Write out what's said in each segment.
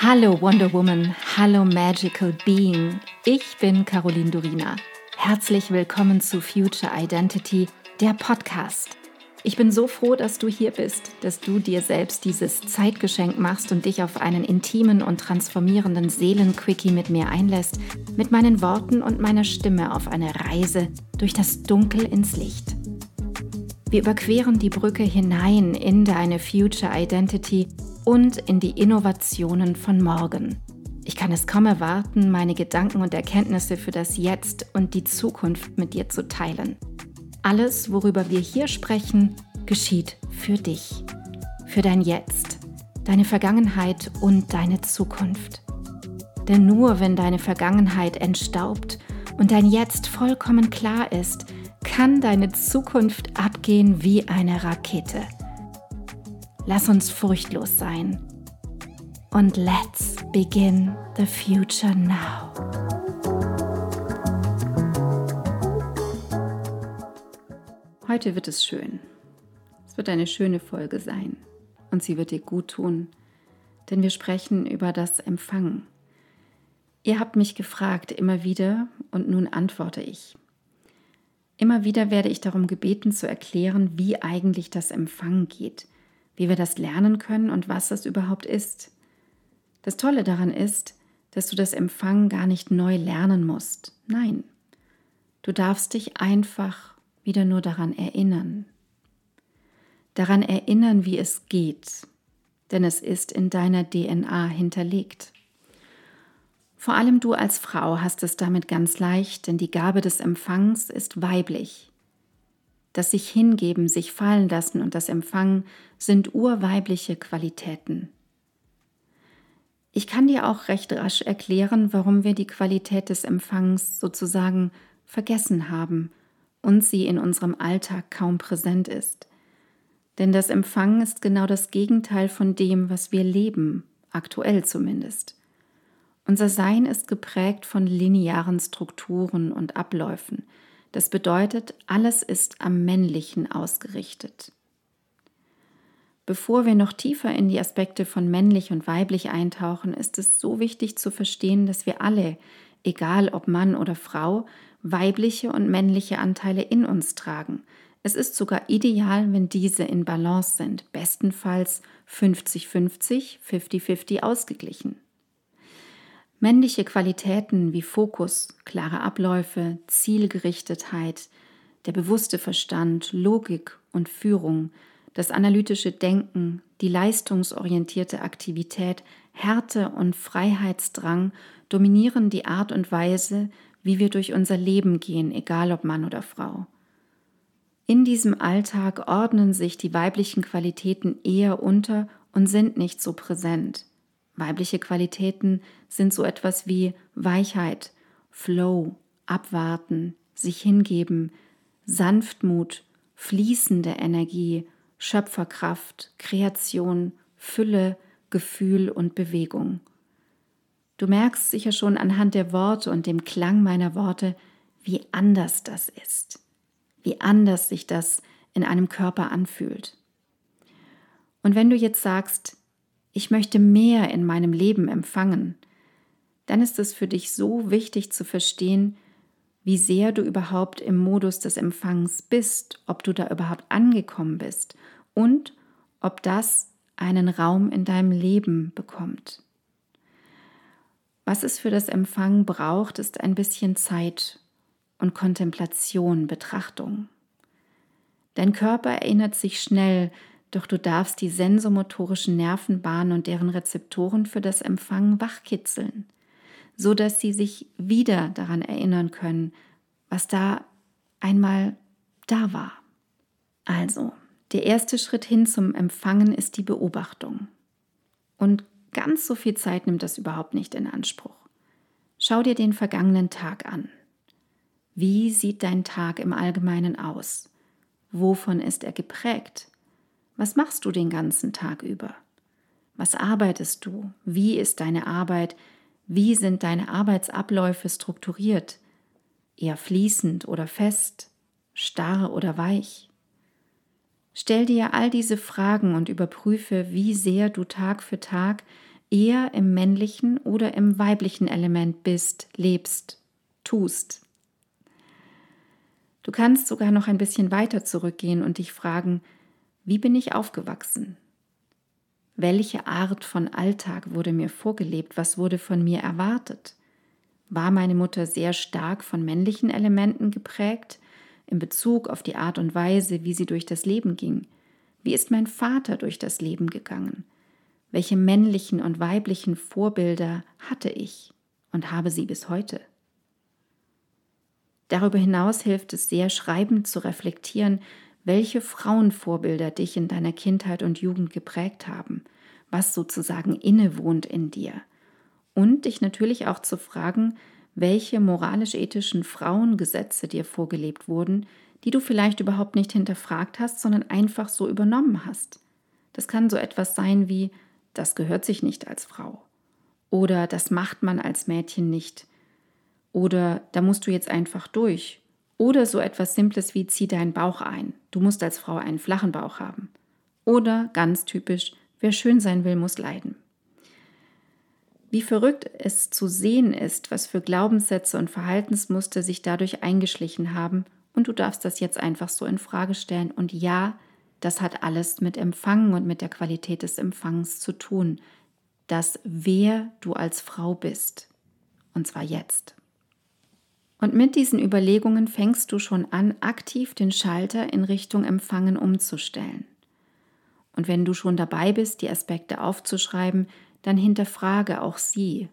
Hallo Wonder Woman, hallo Magical Being. Ich bin Caroline Durina. Herzlich willkommen zu Future Identity, der Podcast. Ich bin so froh, dass du hier bist, dass du dir selbst dieses Zeitgeschenk machst und dich auf einen intimen und transformierenden Seelenquickie mit mir einlässt, mit meinen Worten und meiner Stimme auf eine Reise durch das Dunkel ins Licht. Wir überqueren die Brücke hinein in deine Future Identity und in die Innovationen von morgen. Ich kann es kaum erwarten, meine Gedanken und Erkenntnisse für das Jetzt und die Zukunft mit dir zu teilen. Alles, worüber wir hier sprechen, geschieht für dich, für dein Jetzt, deine Vergangenheit und deine Zukunft. Denn nur wenn deine Vergangenheit entstaubt und dein Jetzt vollkommen klar ist, kann deine Zukunft abgehen wie eine Rakete. Lass uns furchtlos sein. Und let's begin the future now. Heute wird es schön. Es wird eine schöne Folge sein. Und sie wird dir gut tun. Denn wir sprechen über das Empfangen. Ihr habt mich gefragt immer wieder und nun antworte ich. Immer wieder werde ich darum gebeten zu erklären, wie eigentlich das Empfangen geht, wie wir das lernen können und was das überhaupt ist. Das Tolle daran ist, dass du das Empfangen gar nicht neu lernen musst. Nein, du darfst dich einfach wieder nur daran erinnern. Daran erinnern, wie es geht, denn es ist in deiner DNA hinterlegt. Vor allem du als Frau hast es damit ganz leicht, denn die Gabe des Empfangens ist weiblich. Das sich hingeben, sich fallen lassen und das Empfangen sind urweibliche Qualitäten. Ich kann dir auch recht rasch erklären, warum wir die Qualität des Empfangens sozusagen vergessen haben und sie in unserem Alltag kaum präsent ist. Denn das Empfangen ist genau das Gegenteil von dem, was wir leben, aktuell zumindest. Unser Sein ist geprägt von linearen Strukturen und Abläufen. Das bedeutet, alles ist am Männlichen ausgerichtet. Bevor wir noch tiefer in die Aspekte von männlich und weiblich eintauchen, ist es so wichtig zu verstehen, dass wir alle, egal ob Mann oder Frau, weibliche und männliche Anteile in uns tragen. Es ist sogar ideal, wenn diese in Balance sind, bestenfalls 50-50, 50-50 ausgeglichen. Männliche Qualitäten wie Fokus, klare Abläufe, Zielgerichtetheit, der bewusste Verstand, Logik und Führung, das analytische Denken, die leistungsorientierte Aktivität, Härte und Freiheitsdrang dominieren die Art und Weise, wie wir durch unser Leben gehen, egal ob Mann oder Frau. In diesem Alltag ordnen sich die weiblichen Qualitäten eher unter und sind nicht so präsent. Weibliche Qualitäten sind so etwas wie Weichheit, Flow, Abwarten, sich hingeben, Sanftmut, fließende Energie, Schöpferkraft, Kreation, Fülle, Gefühl und Bewegung. Du merkst sicher schon anhand der Worte und dem Klang meiner Worte, wie anders das ist, wie anders sich das in einem Körper anfühlt. Und wenn du jetzt sagst, ich möchte mehr in meinem Leben empfangen, dann ist es für dich so wichtig zu verstehen, wie sehr du überhaupt im Modus des Empfangens bist, ob du da überhaupt angekommen bist und ob das einen Raum in deinem Leben bekommt. Was es für das Empfangen braucht, ist ein bisschen Zeit und Kontemplation, Betrachtung. Dein Körper erinnert sich schnell, doch du darfst die sensomotorischen Nervenbahnen und deren Rezeptoren für das Empfangen wachkitzeln, so dass sie sich wieder daran erinnern können, was da einmal da war. Also, der erste Schritt hin zum Empfangen ist die Beobachtung. Und ganz so viel Zeit nimmt das überhaupt nicht in Anspruch. Schau dir den vergangenen Tag an. Wie sieht dein Tag im Allgemeinen aus? Wovon ist er geprägt? Was machst du den ganzen Tag über? Was arbeitest du? Wie ist deine Arbeit? Wie sind deine Arbeitsabläufe strukturiert? Eher fließend oder fest? Starr oder weich? Stell dir all diese Fragen und überprüfe, wie sehr du Tag für Tag eher im männlichen oder im weiblichen Element bist, lebst, tust. Du kannst sogar noch ein bisschen weiter zurückgehen und dich fragen, wie bin ich aufgewachsen? Welche Art von Alltag wurde mir vorgelebt? Was wurde von mir erwartet? War meine Mutter sehr stark von männlichen Elementen geprägt, in Bezug auf die Art und Weise, wie sie durch das Leben ging? Wie ist mein Vater durch das Leben gegangen? Welche männlichen und weiblichen Vorbilder hatte ich und habe sie bis heute? Darüber hinaus hilft es sehr, schreibend zu reflektieren, welche Frauenvorbilder dich in deiner Kindheit und Jugend geprägt haben, was sozusagen innewohnt in dir. Und dich natürlich auch zu fragen, welche moralisch-ethischen Frauengesetze dir vorgelebt wurden, die du vielleicht überhaupt nicht hinterfragt hast, sondern einfach so übernommen hast. Das kann so etwas sein wie, das gehört sich nicht als Frau. Oder das macht man als Mädchen nicht. Oder da musst du jetzt einfach durch. Oder so etwas Simples wie zieh deinen Bauch ein. Du musst als Frau einen flachen Bauch haben. Oder ganz typisch, wer schön sein will, muss leiden. Wie verrückt es zu sehen ist, was für Glaubenssätze und Verhaltensmuster sich dadurch eingeschlichen haben, und du darfst das jetzt einfach so in Frage stellen. Und ja, das hat alles mit Empfangen und mit der Qualität des Empfangens zu tun. Das, wer du als Frau bist. Und zwar jetzt. Und mit diesen Überlegungen fängst du schon an, aktiv den Schalter in Richtung Empfangen umzustellen. Und wenn du schon dabei bist, die Aspekte aufzuschreiben, dann hinterfrage auch sie.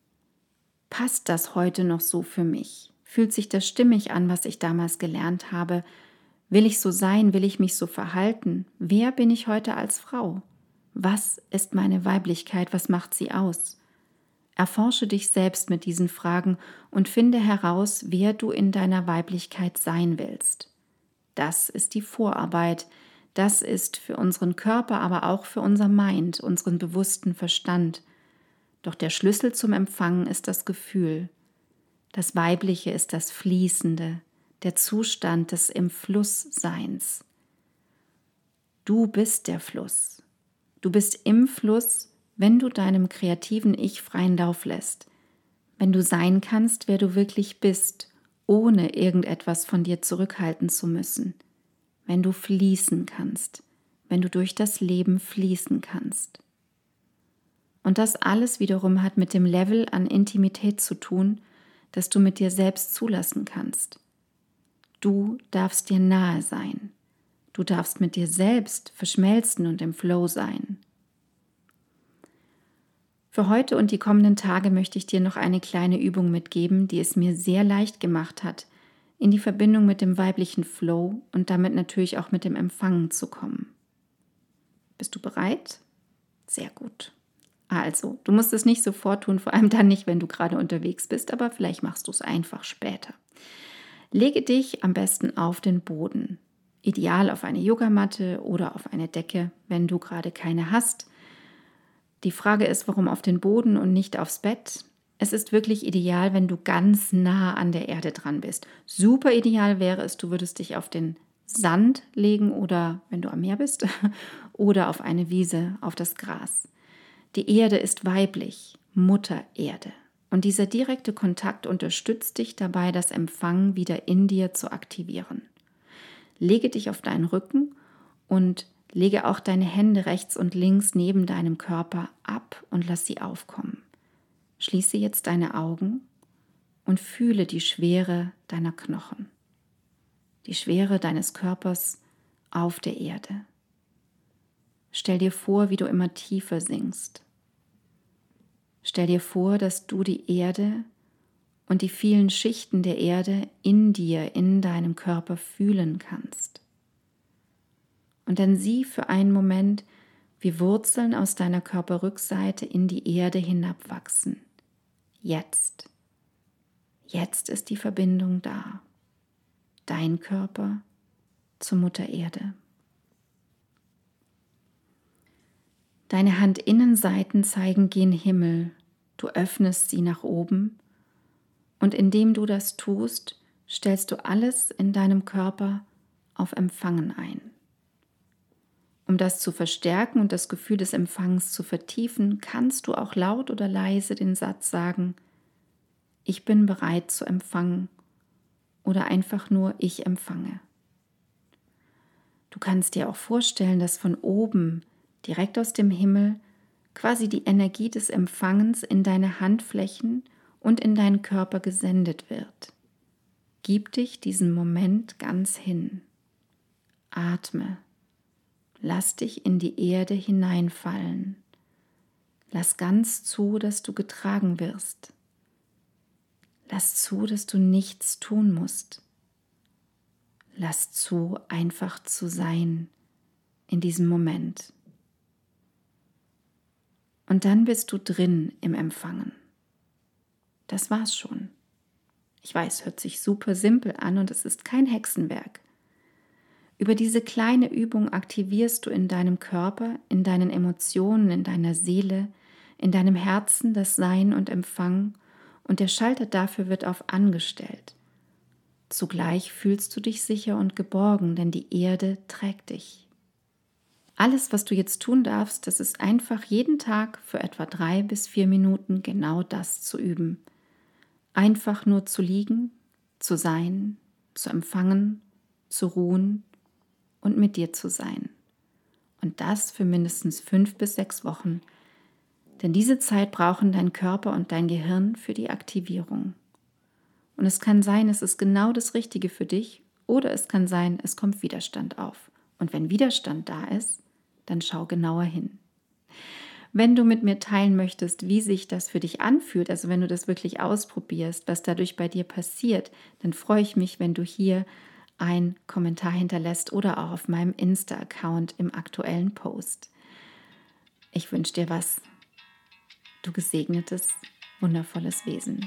Passt das heute noch so für mich? Fühlt sich das stimmig an, was ich damals gelernt habe? Will ich so sein? Will ich mich so verhalten? Wer bin ich heute als Frau? Was ist meine Weiblichkeit? Was macht sie aus? Erforsche dich selbst mit diesen Fragen und finde heraus, wer du in deiner Weiblichkeit sein willst. Das ist die Vorarbeit. Das ist für unseren Körper, aber auch für unser Mind, unseren bewussten Verstand. Doch der Schlüssel zum Empfangen ist das Gefühl. Das Weibliche ist das Fließende, der Zustand des im Fluss Seins. Du bist der Fluss. Du bist im Fluss, wenn du deinem kreativen Ich freien Lauf lässt. Wenn du sein kannst, wer du wirklich bist, ohne irgendetwas von dir zurückhalten zu müssen. Wenn du fließen kannst, wenn du durch das Leben fließen kannst. Und das alles wiederum hat mit dem Level an Intimität zu tun, das du mit dir selbst zulassen kannst. Du darfst dir nahe sein. Du darfst mit dir selbst verschmelzen und im Flow sein. Für heute und die kommenden Tage möchte ich dir noch eine kleine Übung mitgeben, die es mir sehr leicht gemacht hat, in die Verbindung mit dem weiblichen Flow und damit natürlich auch mit dem Empfangen zu kommen. Bist du bereit? Sehr gut. Also, du musst es nicht sofort tun, vor allem dann nicht, wenn du gerade unterwegs bist, aber vielleicht machst du es einfach später. Lege dich am besten auf den Boden, ideal auf eine Yogamatte oder auf eine Decke, wenn du gerade keine hast. Die Frage ist, warum auf den Boden und nicht aufs Bett? Es ist wirklich ideal, wenn du ganz nah an der Erde dran bist. Super ideal wäre es, du würdest dich auf den Sand legen oder, wenn du am Meer bist, oder auf eine Wiese, auf das Gras. Die Erde ist weiblich, Mutter Erde. Und dieser direkte Kontakt unterstützt dich dabei, das Empfangen wieder in dir zu aktivieren. Lege dich auf deinen Rücken und lege auch deine Hände rechts und links neben deinem Körper ab und lass sie aufkommen. Schließe jetzt deine Augen und fühle die Schwere deiner Knochen, die Schwere deines Körpers auf der Erde. Stell dir vor, wie du immer tiefer sinkst. Stell dir vor, dass du die Erde und die vielen Schichten der Erde in dir, in deinem Körper fühlen kannst. Und dann sieh für einen Moment, wie Wurzeln aus deiner Körperrückseite in die Erde hinabwachsen. Jetzt. Jetzt ist die Verbindung da. Dein Körper zur Mutter Erde. Deine Handinnenseiten zeigen gen Himmel. Du öffnest sie nach oben und indem du das tust, stellst du alles in deinem Körper auf Empfangen ein. Um das zu verstärken und das Gefühl des Empfangens zu vertiefen, kannst du auch laut oder leise den Satz sagen: Ich bin bereit zu empfangen oder einfach nur ich empfange. Du kannst dir auch vorstellen, dass von oben, direkt aus dem Himmel, quasi die Energie des Empfangens in deine Handflächen und in deinen Körper gesendet wird. Gib dich diesem Moment ganz hin. Atme. Lass dich in die Erde hineinfallen. Lass ganz zu, dass du getragen wirst. Lass zu, dass du nichts tun musst. Lass zu, einfach zu sein in diesem Moment. Und dann bist du drin im Empfangen. Das war's schon. Ich weiß, hört sich super simpel an und es ist kein Hexenwerk. Über diese kleine Übung aktivierst du in deinem Körper, in deinen Emotionen, in deiner Seele, in deinem Herzen das Sein und Empfangen und der Schalter dafür wird auf angestellt. Zugleich fühlst du dich sicher und geborgen, denn die Erde trägt dich. Alles, was du jetzt tun darfst, das ist einfach jeden Tag für etwa 3 bis 4 Minuten genau das zu üben. Einfach nur zu liegen, zu sein, zu empfangen, zu ruhen und mit dir zu sein. Und das für mindestens 5 bis 6 Wochen. Denn diese Zeit brauchen dein Körper und dein Gehirn für die Aktivierung. Und es kann sein, es ist genau das Richtige für dich, oder es kann sein, es kommt Widerstand auf. Und wenn Widerstand da ist, dann schau genauer hin. Wenn du mit mir teilen möchtest, wie sich das für dich anfühlt, also wenn du das wirklich ausprobierst, was dadurch bei dir passiert, dann freue ich mich, wenn du hier einen Kommentar hinterlässt oder auch auf meinem Insta-Account im aktuellen Post. Ich wünsche dir was, du gesegnetes, wundervolles Wesen.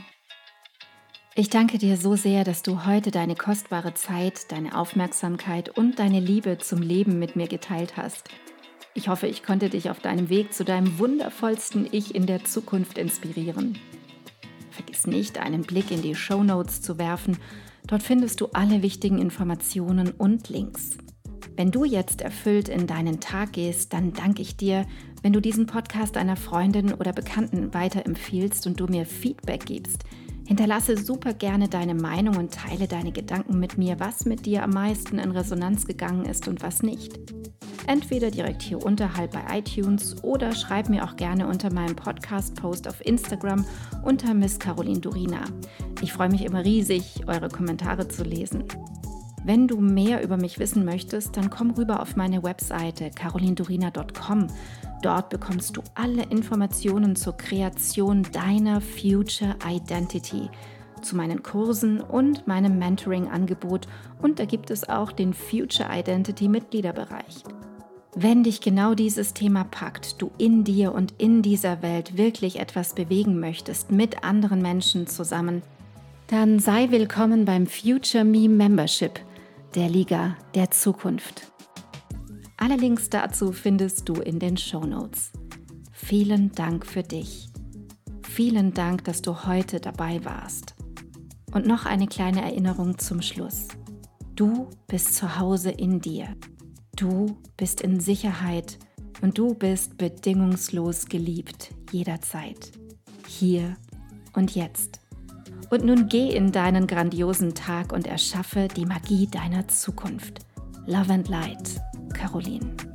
Ich danke dir so sehr, dass du heute deine kostbare Zeit, deine Aufmerksamkeit und deine Liebe zum Leben mit mir geteilt hast. Ich hoffe, ich konnte dich auf deinem Weg zu deinem wundervollsten Ich in der Zukunft inspirieren. Vergiss nicht, einen Blick in die Shownotes zu werfen. Dort findest du alle wichtigen Informationen und Links. Wenn du jetzt erfüllt in deinen Tag gehst, dann danke ich dir, wenn du diesen Podcast einer Freundin oder Bekannten weiterempfiehlst und du mir Feedback gibst. Hinterlasse super gerne deine Meinung und teile deine Gedanken mit mir, was mit dir am meisten in Resonanz gegangen ist und was nicht. Entweder direkt hier unterhalb bei iTunes oder schreib mir auch gerne unter meinem Podcast-Post auf Instagram unter Miss Caroline Durina. Ich freue mich immer riesig, eure Kommentare zu lesen. Wenn du mehr über mich wissen möchtest, dann komm rüber auf meine Webseite carolinedurina.com. Dort bekommst du alle Informationen zur Kreation deiner Future Identity, zu meinen Kursen und meinem Mentoring-Angebot und da gibt es auch den Future Identity Mitgliederbereich. Wenn dich genau dieses Thema packt, du in dir und in dieser Welt wirklich etwas bewegen möchtest, mit anderen Menschen zusammen, dann sei willkommen beim Future Me Membership, der Liga der Zukunft. Alle Links dazu findest du in den Shownotes. Vielen Dank für dich. Vielen Dank, dass du heute dabei warst. Und noch eine kleine Erinnerung zum Schluss. Du bist zu Hause in dir. Du bist in Sicherheit und du bist bedingungslos geliebt, jederzeit. Hier und jetzt. Und nun geh in deinen grandiosen Tag und erschaffe die Magie deiner Zukunft. Love and Light, Caroline.